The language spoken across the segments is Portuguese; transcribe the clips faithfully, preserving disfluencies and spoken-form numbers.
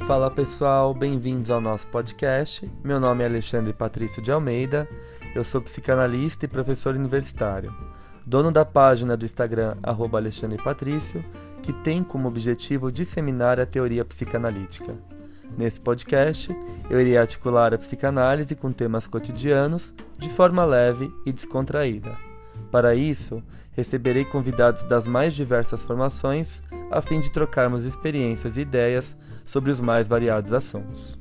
Fala pessoal, bem-vindos ao nosso podcast. Meu nome é Alexandre Patrício de Almeida, eu sou psicanalista e professor universitário, dono da página do Instagram arroba Alexandre Patrício, que tem como objetivo disseminar a teoria psicanalítica. Nesse podcast, eu irei articular a psicanálise com temas cotidianos de forma leve e descontraída. Para isso, receberei convidados das mais diversas formações, a fim de trocarmos experiências e ideias sobre os mais variados assuntos.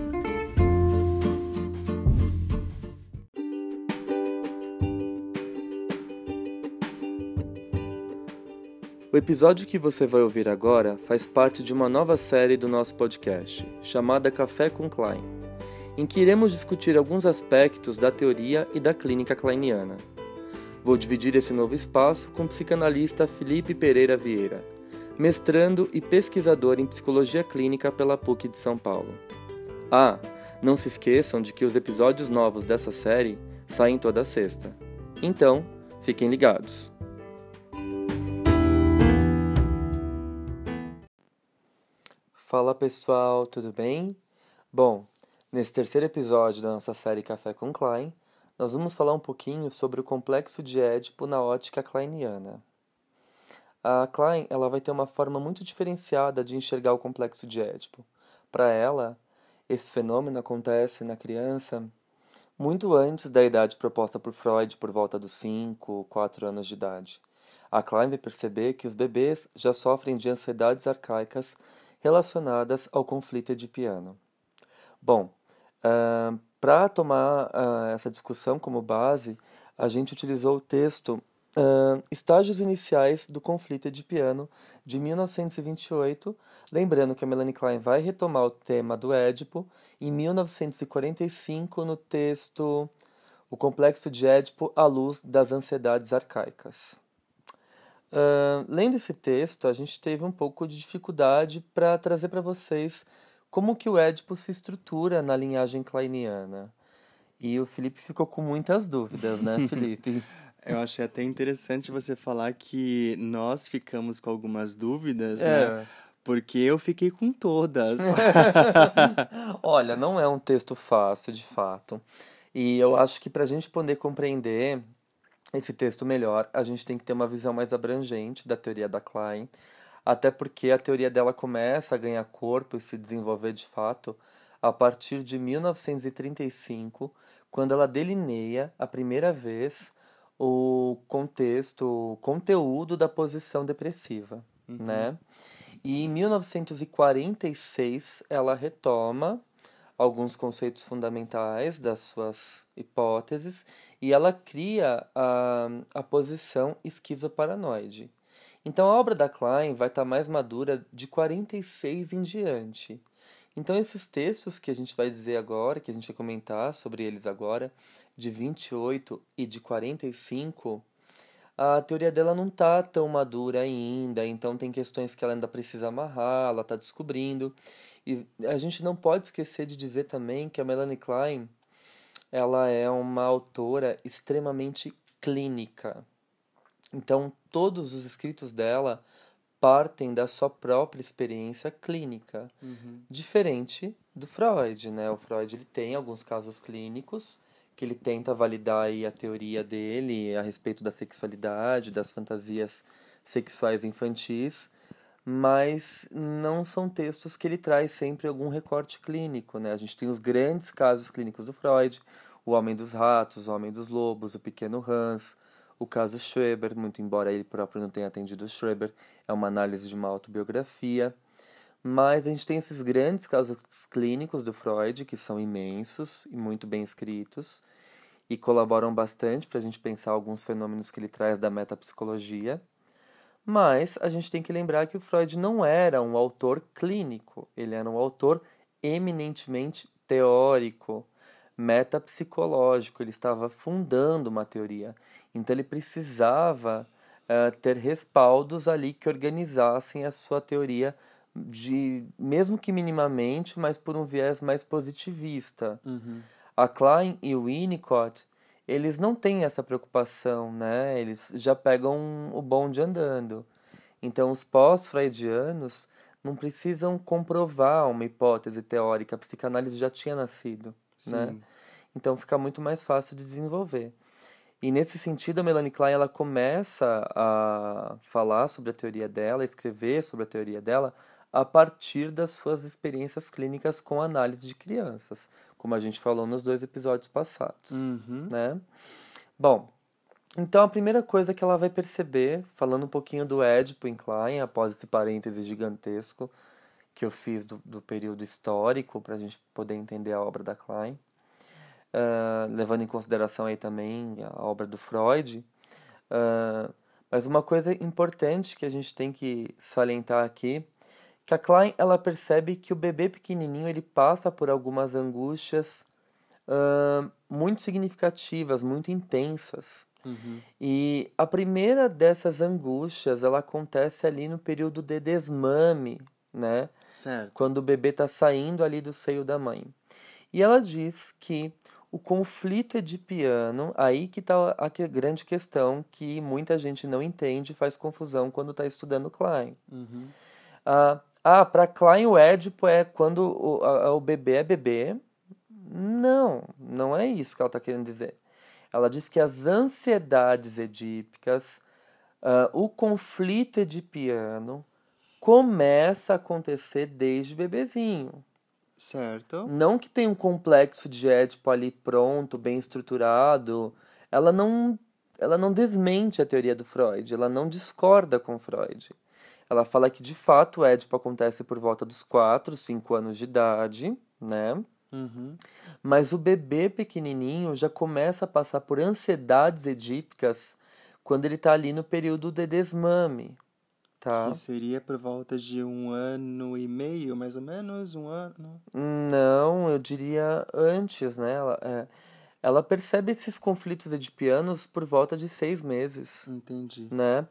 O episódio que você vai ouvir agora faz parte de uma nova série do nosso podcast, chamada Café com Klein, em que iremos discutir alguns aspectos da teoria e da clínica kleiniana. Vou dividir esse novo espaço com o psicanalista Felipe Pereira Vieira, mestrando e pesquisador em psicologia clínica pela P U C de São Paulo. Ah, não se esqueçam de que os episódios novos dessa série saem toda sexta. Então, fiquem ligados. Fala pessoal, tudo bem? Bom, nesse terceiro episódio da nossa série Café com Klein, nós vamos falar um pouquinho sobre o complexo de Édipo na ótica kleiniana. A Klein ela vai ter uma forma muito diferenciada de enxergar o complexo de Édipo. Para ela, esse fenômeno acontece na criança muito antes da idade proposta por Freud, por volta dos cinco, quatro anos de idade. A Klein vai perceber que os bebês já sofrem de ansiedades arcaicas relacionadas ao conflito edipiano. Bom, uh, para tomar uh, essa discussão como base, a gente utilizou o texto Uh, Estágios Iniciais do Conflito Edipiano, de mil novecentos e vinte e oito, lembrando que a Melanie Klein vai retomar o tema do Édipo em mil novecentos e quarenta e cinco no texto O Complexo de Édipo à Luz das Ansiedades Arcaicas. Uh, lendo esse texto, a gente teve um pouco de dificuldade para trazer para vocês como que o Édipo se estrutura na linhagem kleiniana. E o Felipe ficou com muitas dúvidas, né, Felipe? Eu achei até interessante você falar que nós ficamos com algumas dúvidas, é. né? Porque eu fiquei com todas. Olha, não é um texto fácil, de fato. E eu acho que para a gente poder compreender esse texto melhor, a gente tem que ter uma visão mais abrangente da teoria da Klein, até porque a teoria dela começa a ganhar corpo e se desenvolver de fato a partir de mil novecentos e trinta e cinco, quando ela delineia a primeira vez o contexto, o conteúdo da posição depressiva, uhum. né? E em mil novecentos e quarenta e seis ela retoma alguns conceitos fundamentais das suas hipóteses e ela cria a, a posição esquizoparanoide. Então a obra da Klein vai estar mais madura de quarenta e seis em diante. Então esses textos que a gente vai dizer agora, que a gente vai comentar sobre eles agora, de vinte e oito e de quarenta e cinco, a teoria dela não está tão madura ainda, então tem questões que ela ainda precisa amarrar, ela está descobrindo. E a gente não pode esquecer de dizer também que a Melanie Klein ela é uma autora extremamente clínica. Então todos os escritos dela partem da sua própria experiência clínica, uhum. diferente do Freud, né? O Freud ele tem alguns casos clínicos que ele tenta validar aí a teoria dele a respeito da sexualidade, das fantasias sexuais infantis, mas não são textos que ele traz sempre algum recorte clínico, né? A gente tem os grandes casos clínicos do Freud, o Homem dos Ratos, o Homem dos Lobos, o Pequeno Hans, o caso Schreber, muito embora ele próprio não tenha atendido o Schreber, é uma análise de uma autobiografia. Mas a gente tem esses grandes casos clínicos do Freud, que são imensos e muito bem escritos, e colaboram bastante para a gente pensar alguns fenômenos que ele traz da metapsicologia. Mas a gente tem que lembrar que o Freud não era um autor clínico, ele era um autor eminentemente teórico, metapsicológico, ele estava fundando uma teoria. Então ele precisava uh, ter respaldos ali que organizassem a sua teoria, de, mesmo que minimamente, mas por um viés mais positivista. Uhum. A Klein e o Winnicott, eles não têm essa preocupação, né? Eles já pegam o bonde andando. Então os pós-freudianos não precisam comprovar uma hipótese teórica, a psicanálise já tinha nascido, né? Sim. Então fica muito mais fácil de desenvolver. E nesse sentido, a Melanie Klein ela começa a falar sobre a teoria dela, escrever sobre a teoria dela, a partir das suas experiências clínicas com análise de crianças, como a gente falou nos dois episódios passados, Uhum. né? Bom, então a primeira coisa que ela vai perceber, falando um pouquinho do Édipo em Klein, após esse parêntese gigantesco que eu fiz do, do período histórico, para a gente poder entender a obra da Klein, Uh, levando em consideração aí também a obra do Freud. Uh, mas uma coisa importante que a gente tem que salientar aqui, que a Klein ela percebe que o bebê pequenininho ele passa por algumas angústias uh, muito significativas, muito intensas. Uhum. E a primeira dessas angústias ela acontece ali no período de desmame, né? Certo. Quando o bebê está saindo ali do seio da mãe. E ela diz que o conflito edipiano, aí que está a grande questão que muita gente não entende e faz confusão quando está estudando Klein. Uhum. Ah, ah para Klein o Édipo é quando o, a, o bebê é bebê? Não, não é isso que ela está querendo dizer. Ela diz que as ansiedades edípicas, ah, o conflito edipiano, começa a acontecer desde bebezinho. Certo. Não que tenha um complexo de Édipo ali pronto, bem estruturado, ela não, ela não desmente a teoria do Freud, ela não discorda com Freud. Ela fala que, de fato, o Édipo acontece por volta dos quatro, cinco anos de idade, né? Uhum. Mas o bebê pequenininho já começa a passar por ansiedades edípicas quando ele está ali no período de desmame, tá? Que seria por volta de um ano e meio, mais ou menos, um ano. Não, eu diria antes, né? Ela, é, ela percebe esses conflitos edipianos por volta de seis meses, Entendi. né?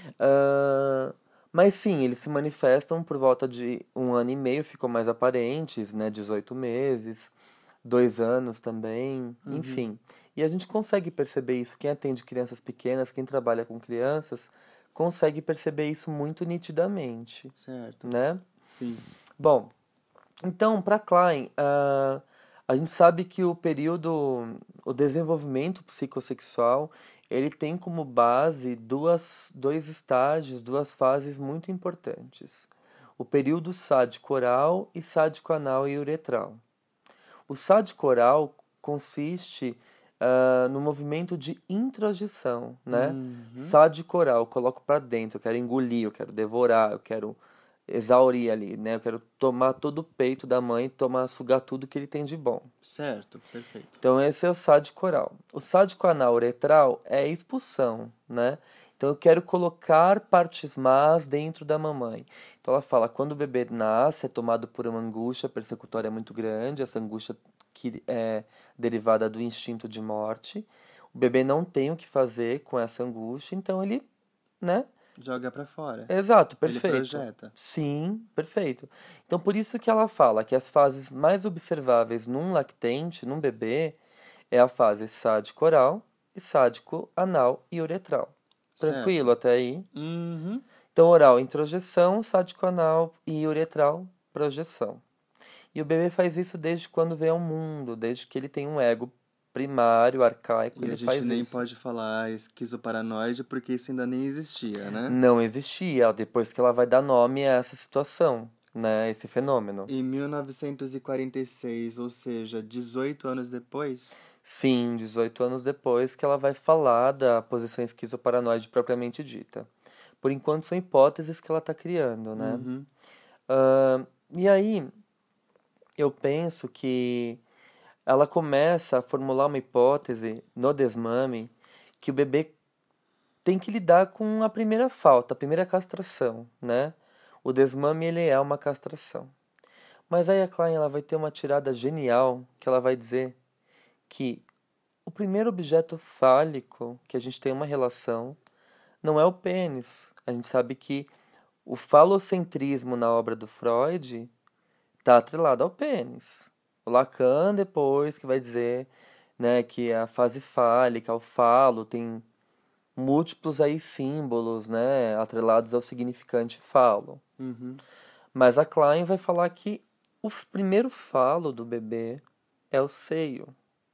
Ah, mas sim, eles se manifestam por volta de um ano e meio, ficam mais aparentes, né? dezoito meses, dois anos também, Uhum. enfim. E a gente consegue perceber isso. Quem atende crianças pequenas, quem trabalha com crianças, consegue perceber isso muito nitidamente, Certo. né? Sim. Bom, então, para Klein, uh, a gente sabe que o período, o desenvolvimento psicossexual, ele tem como base duas, dois estágios, duas fases muito importantes. O período sádico oral e sádico anal e uretral. O sádico oral consiste uh, no movimento de introjeção, né? Uhum. Sádico oral, eu coloco para dentro, eu quero engolir, eu quero devorar, eu quero exaurir ali, né? Eu quero tomar todo o peito da mãe, tomar, sugar tudo que ele tem de bom. Certo, perfeito. Então esse é o sádico oral. O sádico anal uretral é a expulsão, né? Então eu quero colocar partes más dentro da mamãe. Então ela fala, quando o bebê nasce, é tomado por uma angústia persecutória muito grande, essa angústia que é derivada do instinto de morte. O bebê não tem o que fazer com essa angústia, então ele, né? Joga pra fora. Exato, Ele perfeito. projeta. Sim, perfeito. Então, por isso que ela fala que as fases mais observáveis num lactente, num bebê, é a fase sádico oral e sádico anal e uretral. Tranquilo Certo. até aí? Uhum. Então, oral, introjeção, sádico anal e uretral, projeção. E o bebê faz isso desde quando vem ao mundo, desde que ele tem um ego primário, arcaico, E ele a gente faz nem isso. pode falar esquizoparanoide porque isso ainda nem existia, né? Não existia, depois que ela vai dar nome a essa situação, né, esse fenômeno. Em mil novecentos e quarenta e seis, ou seja, dezoito anos depois. Sim, dezoito anos depois que ela vai falar da posição esquizoparanoide propriamente dita. Por enquanto são hipóteses que ela está criando, né? Uhum. Uh, e aí, eu penso que ela começa a formular uma hipótese no desmame que o bebê tem que lidar com a primeira falta, a primeira castração, né? O desmame, ele é uma castração. Mas aí a Klein ela vai ter uma tirada genial que ela vai dizer que o primeiro objeto fálico que a gente tem uma relação não é o pênis. A gente sabe que o falocentrismo na obra do Freud está atrelado ao pênis. O Lacan depois que vai dizer, né, que a fase fálica, o falo, tem múltiplos aí símbolos, né, atrelados ao significante falo. Uhum. Mas a Klein vai falar que o f- primeiro falo do bebê é o seio.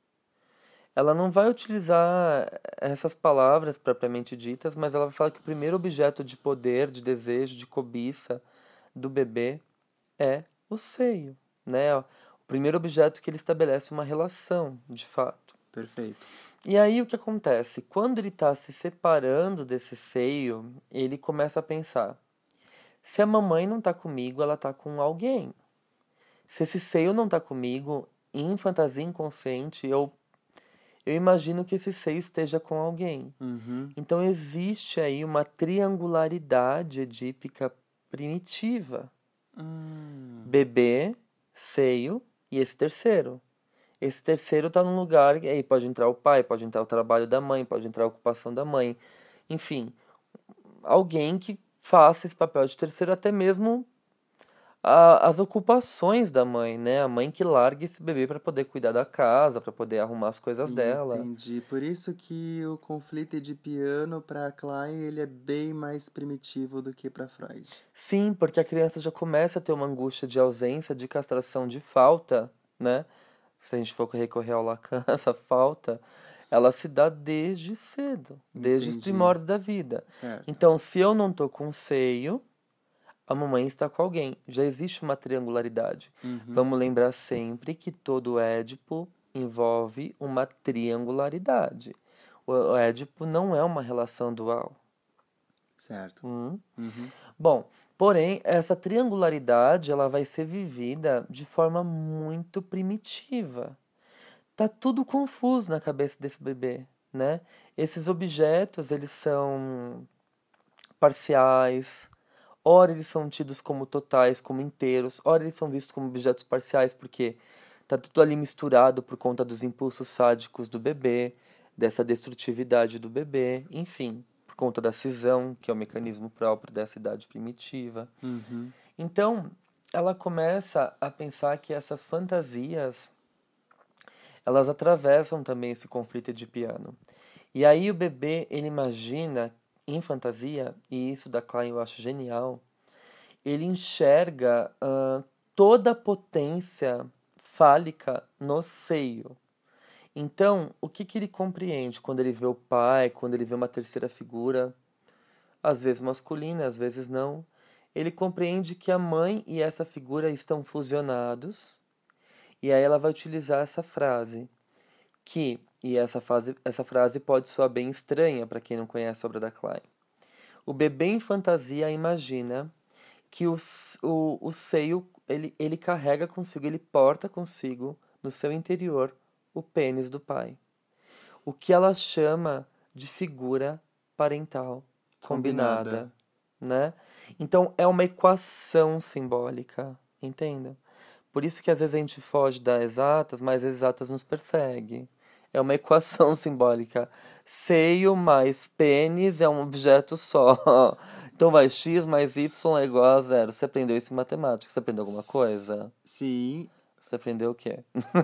Ela não vai utilizar essas palavras propriamente ditas, mas ela vai falar que o primeiro objeto de poder, de desejo, de cobiça do bebê é o seio, né? O primeiro objeto que ele estabelece uma relação, de fato. Perfeito. E aí o que acontece? Quando ele está se separando desse seio, ele começa a pensar: se a mamãe não está comigo, ela está com alguém. Se esse seio não está comigo, em fantasia inconsciente, eu, eu imagino que esse seio esteja com alguém. Uhum. Então existe aí uma triangularidade edípica primitiva. Hum. Bebê, seio e esse terceiro. Esse terceiro está num lugar, e aí pode entrar o pai, pode entrar o trabalho da mãe, pode entrar a ocupação da mãe. Enfim, alguém que faça esse papel de terceiro, até mesmo a- as ocupações da mãe, né? A mãe que larga esse bebê para poder cuidar da casa, para poder arrumar as coisas dela. Entendi. Por isso que o conflito edipiano para Klein ele é bem mais primitivo do que para Freud. Sim, porque a criança já começa a ter uma angústia de ausência, de castração, de falta, né? Se a gente for recorrer ao Lacan, essa falta, ela se dá desde cedo, desde os Entendi. primórdios da vida. Certo. Então, se eu não tô com seio, a mamãe está com alguém. Já existe uma triangularidade. Uhum. Vamos lembrar sempre que todo Édipo envolve uma triangularidade. O o Édipo não é uma relação dual. Certo. Hum? Uhum. Bom, porém, essa triangularidade ela vai ser vivida de forma muito primitiva. Tá tudo confuso na cabeça desse bebê, né? Esses objetos, eles são parciais, ora eles são tidos como totais, como inteiros, ora eles são vistos como objetos parciais, porque tá tudo ali misturado por conta dos impulsos sádicos do bebê, dessa destrutividade do bebê, enfim, por conta da cisão, que é o mecanismo próprio dessa idade primitiva. Uhum. Então, ela começa a pensar que essas fantasias elas atravessam também esse conflito edipiano. E aí o bebê, ele imagina em fantasia, e isso da Klein eu acho genial, ele enxerga ah, toda a potência fálica no seio. Então, o que, que ele compreende quando ele vê o pai, quando ele vê uma terceira figura, às vezes masculina, às vezes não? Ele compreende que a mãe e essa figura estão fusionados, e aí ela vai utilizar essa frase que, e essa, fase, essa frase pode soar bem estranha para quem não conhece a obra da Klein. O bebê em fantasia imagina que o, o, o seio ele, ele carrega consigo, ele porta consigo no seu interior o pênis do pai. O que ela chama de figura parental Combinada. combinada, né? Então é uma equação simbólica, entenda? Por isso que às vezes a gente foge das exatas, mas as exatas nos perseguem. É uma equação simbólica. Seio mais pênis é um objeto só. Então vai x mais y é igual a zero. Você aprendeu isso em matemática? Você aprendeu alguma S- coisa? Sim. Você aprendeu o quê?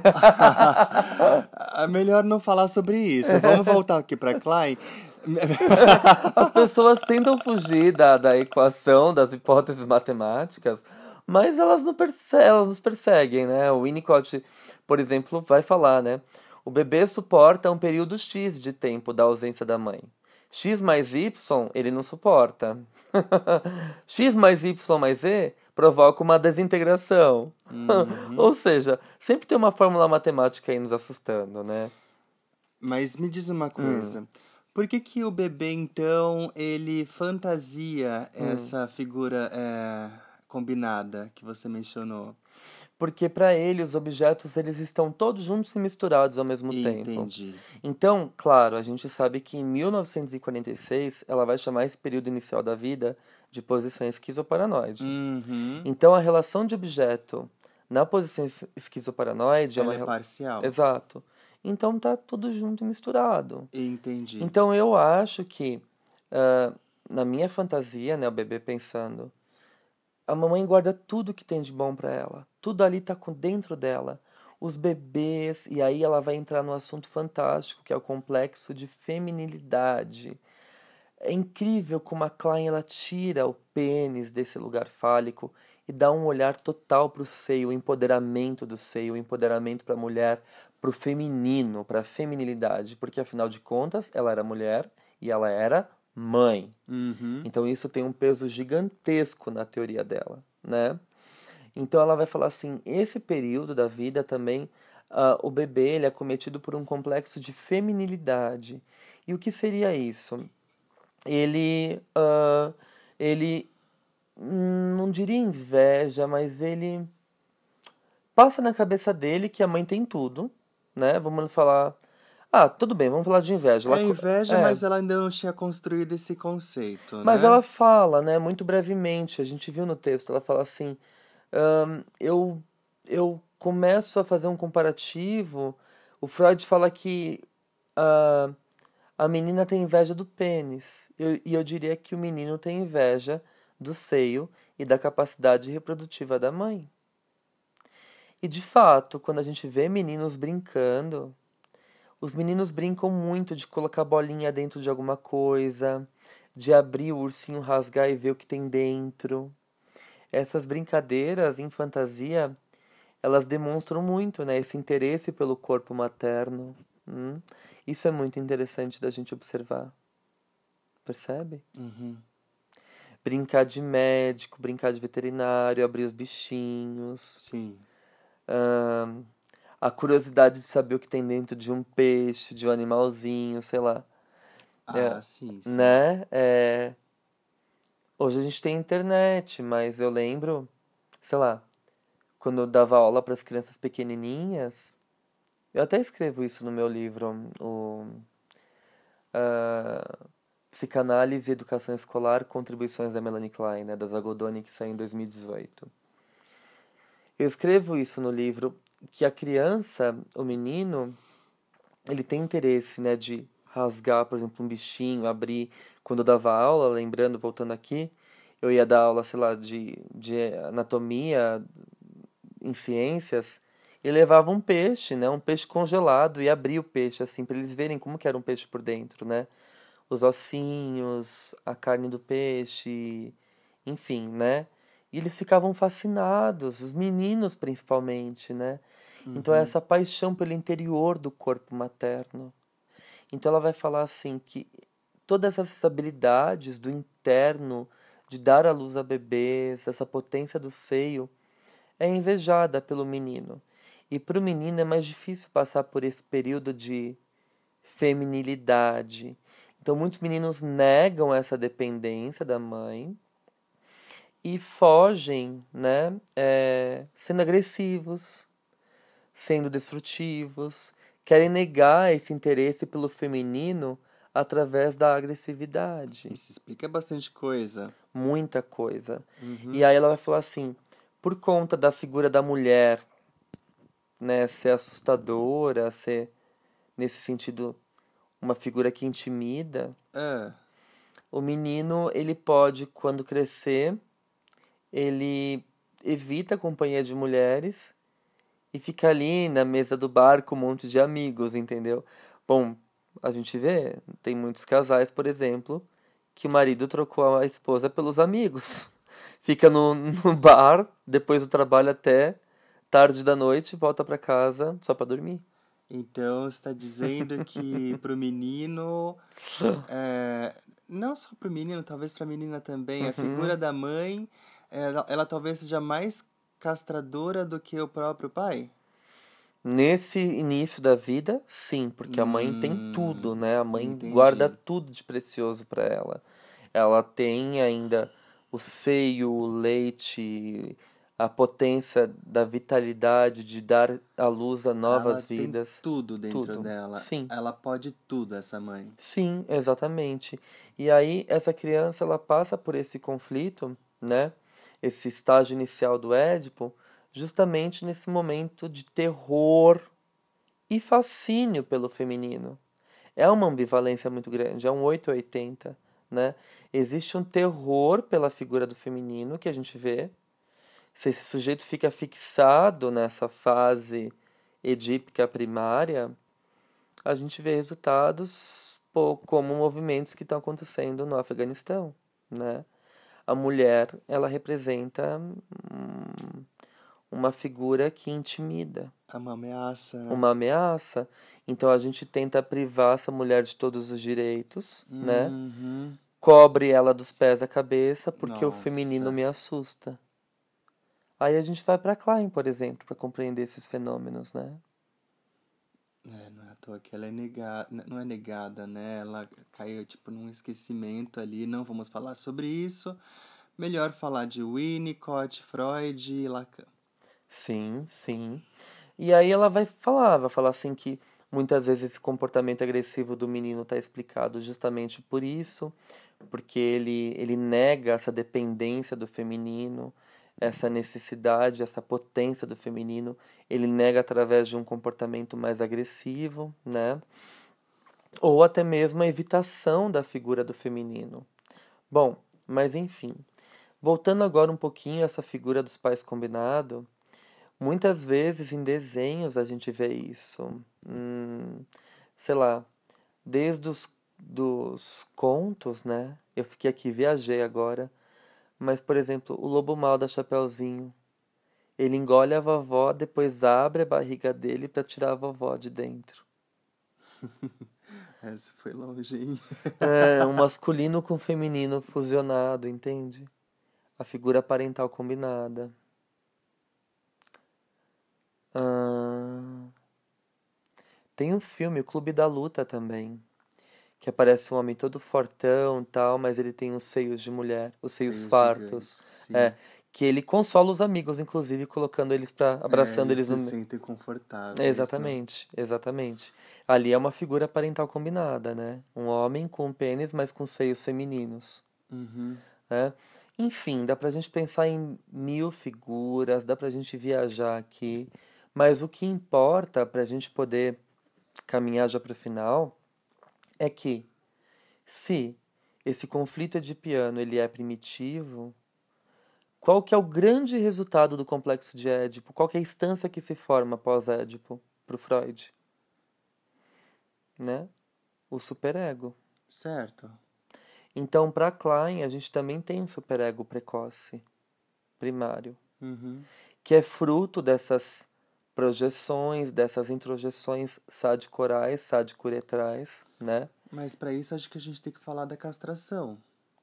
É melhor não falar sobre isso. Vamos voltar aqui para Klein. As pessoas tentam fugir da, da equação, das hipóteses matemáticas, mas elas, não perse elas nos perseguem, né? O Winnicott, por exemplo, vai falar, né? O bebê suporta um período X de tempo da ausência da mãe. X mais Y, ele não suporta. X mais Y mais Z provoca uma desintegração. Uhum. Ou seja, sempre tem uma fórmula matemática aí nos assustando, né? Mas me diz uma Hum, coisa. Por que que o bebê, então, ele fantasia hum. essa figura é, combinada que você mencionou? Porque para ele os objetos eles estão todos juntos e misturados ao mesmo tempo. Entendi. Então, claro, a gente sabe que em mil novecentos e quarenta e seis ela vai chamar esse período inicial da vida de posição esquizoparanoide. Uhum. Então, a relação de objeto na posição es- esquizoparanoide é uma Ela é rela- parcial. exato. Então tá tudo junto e misturado. Entendi. Então eu acho que ah, na minha fantasia, né, o bebê pensando, a mamãe guarda tudo que tem de bom pra ela. Tudo ali tá com dentro dela. Os bebês, e aí ela vai entrar no assunto fantástico, que é o complexo de feminilidade. é incrível como a Klein ela tira o pênis desse lugar fálico e dá um olhar total para o seio, o empoderamento do seio, o empoderamento para a mulher, para o feminino, para a feminilidade, porque afinal de contas ela era mulher e ela era mãe. Uhum. Então isso tem um peso gigantesco na teoria dela, né? Então ela vai falar assim, esse período da vida também, ah, o bebê ele é cometido por um complexo de feminilidade. E o que seria isso? Ele, ah, ele hum, não diria inveja, mas ele passa na cabeça dele que a mãe tem tudo, né? Vamos falar, ah, tudo bem, vamos falar de inveja. Ela, É co- inveja, é, mas ela ainda não tinha construído esse conceito, mas né? ela fala, né, muito brevemente, a gente viu no texto, ela fala assim, ahn, eu, eu começo a fazer um comparativo, o Freud fala que a, a menina tem inveja do pênis, eu, e eu diria que o menino tem inveja do seio e da capacidade reprodutiva da mãe. E de fato, quando a gente vê meninos brincando, os meninos brincam muito de colocar bolinha dentro de alguma coisa, de abrir o ursinho, rasgar e ver o que tem dentro. Essas brincadeiras em fantasia, elas demonstram muito, né, esse interesse pelo corpo materno. Hum? Isso é muito interessante da gente observar. Percebe? Uhum. Brincar de médico, brincar de veterinário, abrir os bichinhos. Sim. ahn, a curiosidade de saber o que tem dentro de um peixe, de um animalzinho, sei lá. É, Ah, sim, sim. né? É, hoje a gente tem internet, mas eu lembro, sei lá, quando eu dava aula para as crianças pequenininhas, eu até escrevo isso no meu livro, o ah, Psicanálise e Educação Escolar, Contribuições da Melanie Klein, né, da Zagodoni, que saiu em dois mil e dezoito. Eu escrevo isso no livro, que a criança, o menino, ele tem interesse, né, de rasgar, por exemplo, um bichinho, abrir. Quando eu dava aula, lembrando, voltando aqui, eu ia dar aula, sei lá, de, de anatomia, em ciências, e levava um peixe, né, um peixe congelado, e abria o peixe, assim, para eles verem como que era um peixe por dentro, né? Os ossinhos, a carne do peixe, enfim, né? E eles ficavam fascinados, os meninos principalmente, né? Então é Uhum. essa paixão pelo interior do corpo materno. Então ela vai falar assim que todas essas habilidades do interno, de dar à luz a bebês, essa potência do seio, é invejada pelo menino. E para o menino é mais difícil passar por esse período de feminilidade. Então muitos meninos negam essa dependência da mãe e fogem, né, é, sendo agressivos, sendo destrutivos, querem negar esse interesse pelo feminino através da agressividade. Isso explica bastante coisa. Muita coisa. E Uhum. aí ela vai falar assim, por conta da figura da mulher, né, ser assustadora, ser nesse sentido uma figura que intimida, Ah, o menino ele pode, quando crescer, ele evita a companhia de mulheres e fica ali na mesa do bar com um monte de amigos, entendeu? Bom, a gente vê, tem muitos casais, por exemplo, que o marido trocou a esposa pelos amigos. Fica no, no bar, depois do trabalho até tarde da noite, volta pra casa só pra dormir. então está dizendo que pro menino, é, não só pro menino, talvez pra menina também, a figura Uhum. da mãe, ela, ela talvez seja mais castradora do que o próprio pai? Nesse início da vida, sim, porque a mãe tem tudo, Hum, né? A mãe guarda entendi. tudo de precioso para ela. Ela tem ainda o seio, o leite, a potência da vitalidade de dar à luz a Ela novas tem vidas, tudo dentro tudo. dela. Sim, Ela pode tudo, essa mãe. sim, exatamente. E aí essa criança ela passa por esse conflito, né? Esse estágio inicial do Édipo, justamente nesse momento de terror e fascínio pelo feminino. É uma ambivalência muito grande, é um oito ou oitenta, né? Existe um terror pela figura do feminino que a gente vê. Se esse sujeito fica fixado nessa fase edípica primária, a gente vê resultados pô, como movimentos que estão acontecendo no Afeganistão, né? A mulher, ela representa hum, uma figura que intimida, É uma ameaça, né? uma ameaça. Então a gente tenta privar essa mulher de todos os direitos, né? Uhum. Cobre ela dos pés à cabeça porque o feminino Nossa. me assusta. Aí a gente vai para Klein, por exemplo, para compreender esses fenômenos, né? É, não é à toa que ela é negada, não é negada, né? Ela caiu tipo num esquecimento ali, não vamos falar sobre isso. Melhor falar de Winnicott, Freud e Lacan. Sim, sim. E aí ela vai falar, vai falar assim que muitas vezes esse comportamento agressivo do menino está explicado justamente por isso, porque ele, ele nega essa dependência do feminino, essa necessidade, essa potência do feminino, ele nega através de um comportamento mais agressivo, né? Ou até mesmo a evitação da figura do feminino. Bom, mas enfim, voltando agora um pouquinho a essa figura dos pais combinado, muitas vezes em desenhos a gente vê isso. Hum, sei lá, desde os dos contos, né? Eu fiquei aqui, viajei agora. Mas, por exemplo, o lobo mau da Chapeuzinho. Ele engole a vovó, depois abre a barriga dele para tirar a vovó de dentro. Essa foi longe, hein? É um masculino com feminino fusionado, entende? A figura parental combinada. Ah, tem um filme, O Clube da Luta também, que aparece um homem todo fortão e tal, mas ele tem os seios de mulher, os seios Seios fartos. gigantes, É, sim. que ele consola os amigos, inclusive, colocando eles para É, abraçando eles eles se no. sentem confortáveis, né? Exatamente, exatamente. Ali é uma figura parental combinada, né? Um homem com pênis, mas com seios femininos, Uhum. né? Enfim, dá pra gente pensar em mil figuras, dá pra gente viajar aqui, mas o que importa pra gente poder caminhar já pro final é que se esse conflito edipiano ele é primitivo, qual que é o grande resultado do complexo de Édipo? Qual que é a instância que se forma após Édipo pro Freud, né? O superego. Certo. Então, para Klein, a gente também tem um superego precoce, primário, Uhum. que é fruto dessas projeções, dessas introjeções sadicorais, sadicuretrais, né? Mas para isso acho que a gente tem que falar da castração.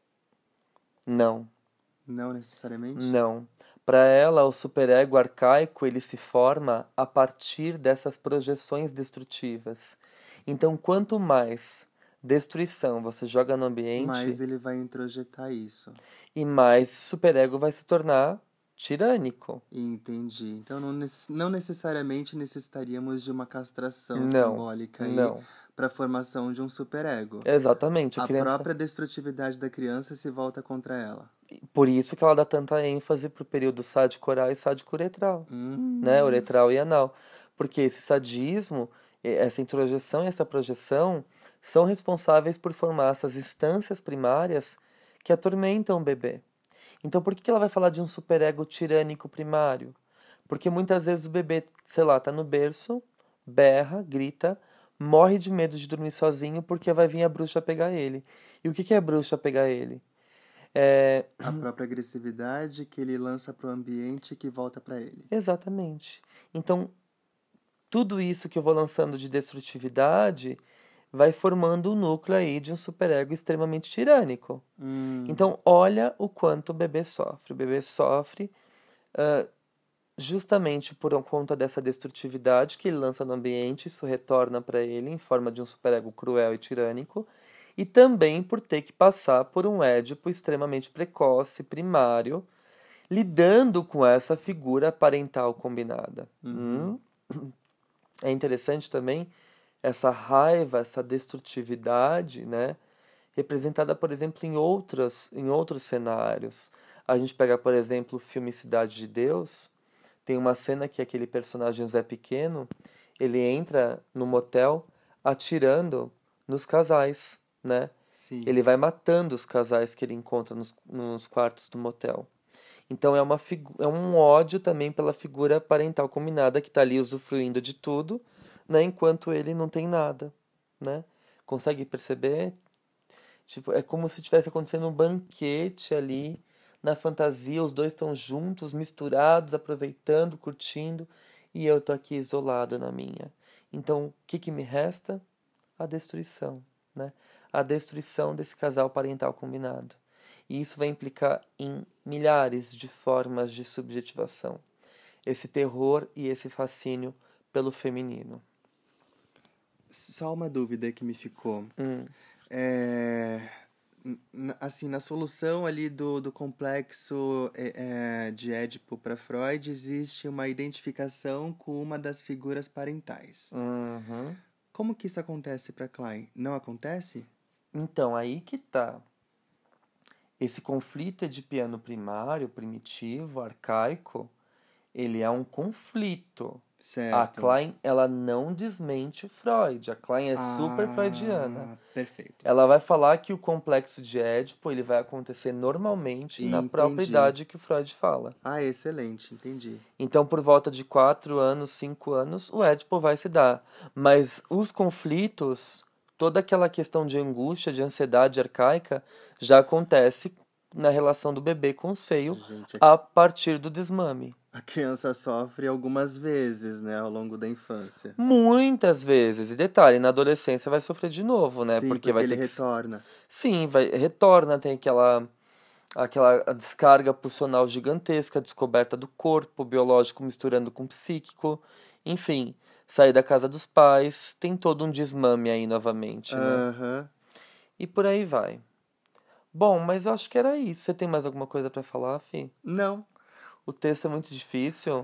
Não, Não necessariamente? não. Para ela, o superego arcaico ele se forma a partir dessas projeções destrutivas. Então, quanto mais destruição você joga no ambiente, Mas ele vai introjetar isso. e mais superego vai se tornar tirânico. Entendi. Então não, nece- não necessariamente necessitaríamos de uma castração Não, simbólica aí não. para a formação de um superego. Exatamente, a A criança. própria destrutividade da criança se volta contra ela. Por isso que ela dá tanta ênfase pro período sádico oral e sádico uretral, né? Hum, Uretral e anal. Porque esse sadismo, eh, essa introjeção e essa projeção são responsáveis por formar essas instâncias primárias que atormentam o bebê. Então, por que que ela vai falar de um superego tirânico primário? Porque muitas vezes o bebê, sei lá, tá no berço, berra, grita, morre de medo de dormir sozinho porque vai vir a bruxa pegar ele. E o que que é a bruxa pegar ele? É, a própria agressividade que ele lança para o ambiente que volta para ele. exatamente. Então, tudo isso que eu vou lançando de destrutividade vai formando o núcleo aí de um superego extremamente tirânico. Hum, Então, olha o quanto o bebê sofre. O bebê sofre ah, justamente por conta dessa destrutividade que ele lança no ambiente, isso retorna para ele em forma de um superego cruel e tirânico, e também por ter que passar por um Édipo extremamente precoce, primário, lidando com essa figura parental combinada. uhum. Hum? É interessante também essa raiva, essa destrutividade, né? Representada, por exemplo, em outras, em outros cenários. A gente pega, por exemplo, o filme Cidade de Deus, tem uma cena que aquele personagem Zé Pequeno, ele entra no motel atirando nos casais, né? Sim. Ele vai matando os casais que ele encontra nos, nos quartos do motel. Então é uma figu- é um ódio também pela figura parental combinada que está ali usufruindo de tudo, né? Enquanto ele não tem nada, né? Consegue perceber? Tipo, é como se estivesse acontecendo um banquete ali na fantasia, os dois estão juntos, misturados, aproveitando, curtindo, e eu tô aqui isolado na minha. Então, o que que me resta? A destruição, né? A destruição desse casal parental combinado. E isso vai implicar em milhares de formas de subjetivação. Esse terror e esse fascínio pelo feminino. Só uma dúvida que me ficou. Hum. É, n- assim, na solução ali do, do complexo é, é, de Édipo para Freud, existe uma identificação com uma das figuras parentais. Uhum. Como que isso acontece para Klein? Não acontece? Então, aí que tá. Esse conflito edipiano primário, primitivo, arcaico, ele é um conflito. A Certo. Klein, ela não desmente o Freud. A Klein é super freudiana. Ah, perfeito. Ela vai falar que o complexo de Édipo ele vai acontecer normalmente na própria Entendi. idade que o Freud fala. Ah, excelente, entendi. Então, por volta de quatro anos, cinco anos, o Édipo vai se dar. Mas os conflitos, toda aquela questão de angústia, de ansiedade arcaica, já acontece na relação do bebê com o seio Gente, a partir do desmame. a criança sofre algumas vezes, né, ao longo da infância. Muitas vezes. E detalhe, na adolescência vai sofrer de novo, né? Sim, porque vai ele ter que... retorna. Sim, vai, retorna, tem aquela, aquela descarga pulsional gigantesca, a descoberta do corpo biológico misturando com psíquico, enfim, sair da casa dos pais, tem todo um desmame aí novamente, né? Aham. E por aí vai. Bom, mas eu acho que era isso. Você tem mais alguma coisa pra falar, Fih? Não. O texto é muito difícil.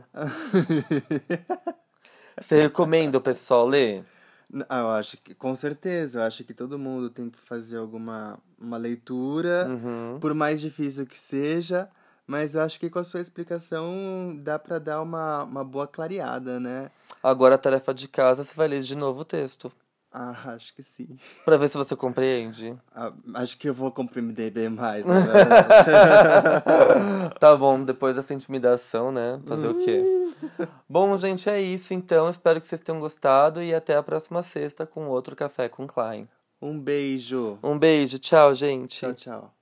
Você recomenda o pessoal ler? Ah, eu acho que, com certeza, eu acho que todo mundo tem que fazer alguma uma leitura, Uhum. por mais difícil que seja, mas eu acho que com a sua explicação dá pra dar uma, uma boa clareada, né? Agora a tarefa de casa, você vai ler de novo o texto. Ah, acho que sim. Pra ver se você compreende. Ah, acho que eu vou compreender mais, na verdade. Tá bom, depois dessa intimidação, né? Fazer o quê? Bom, gente, é isso então. Espero que vocês tenham gostado e até a próxima sexta com outro Café com Klein. Um beijo. Um beijo, tchau, gente. Tchau, tchau.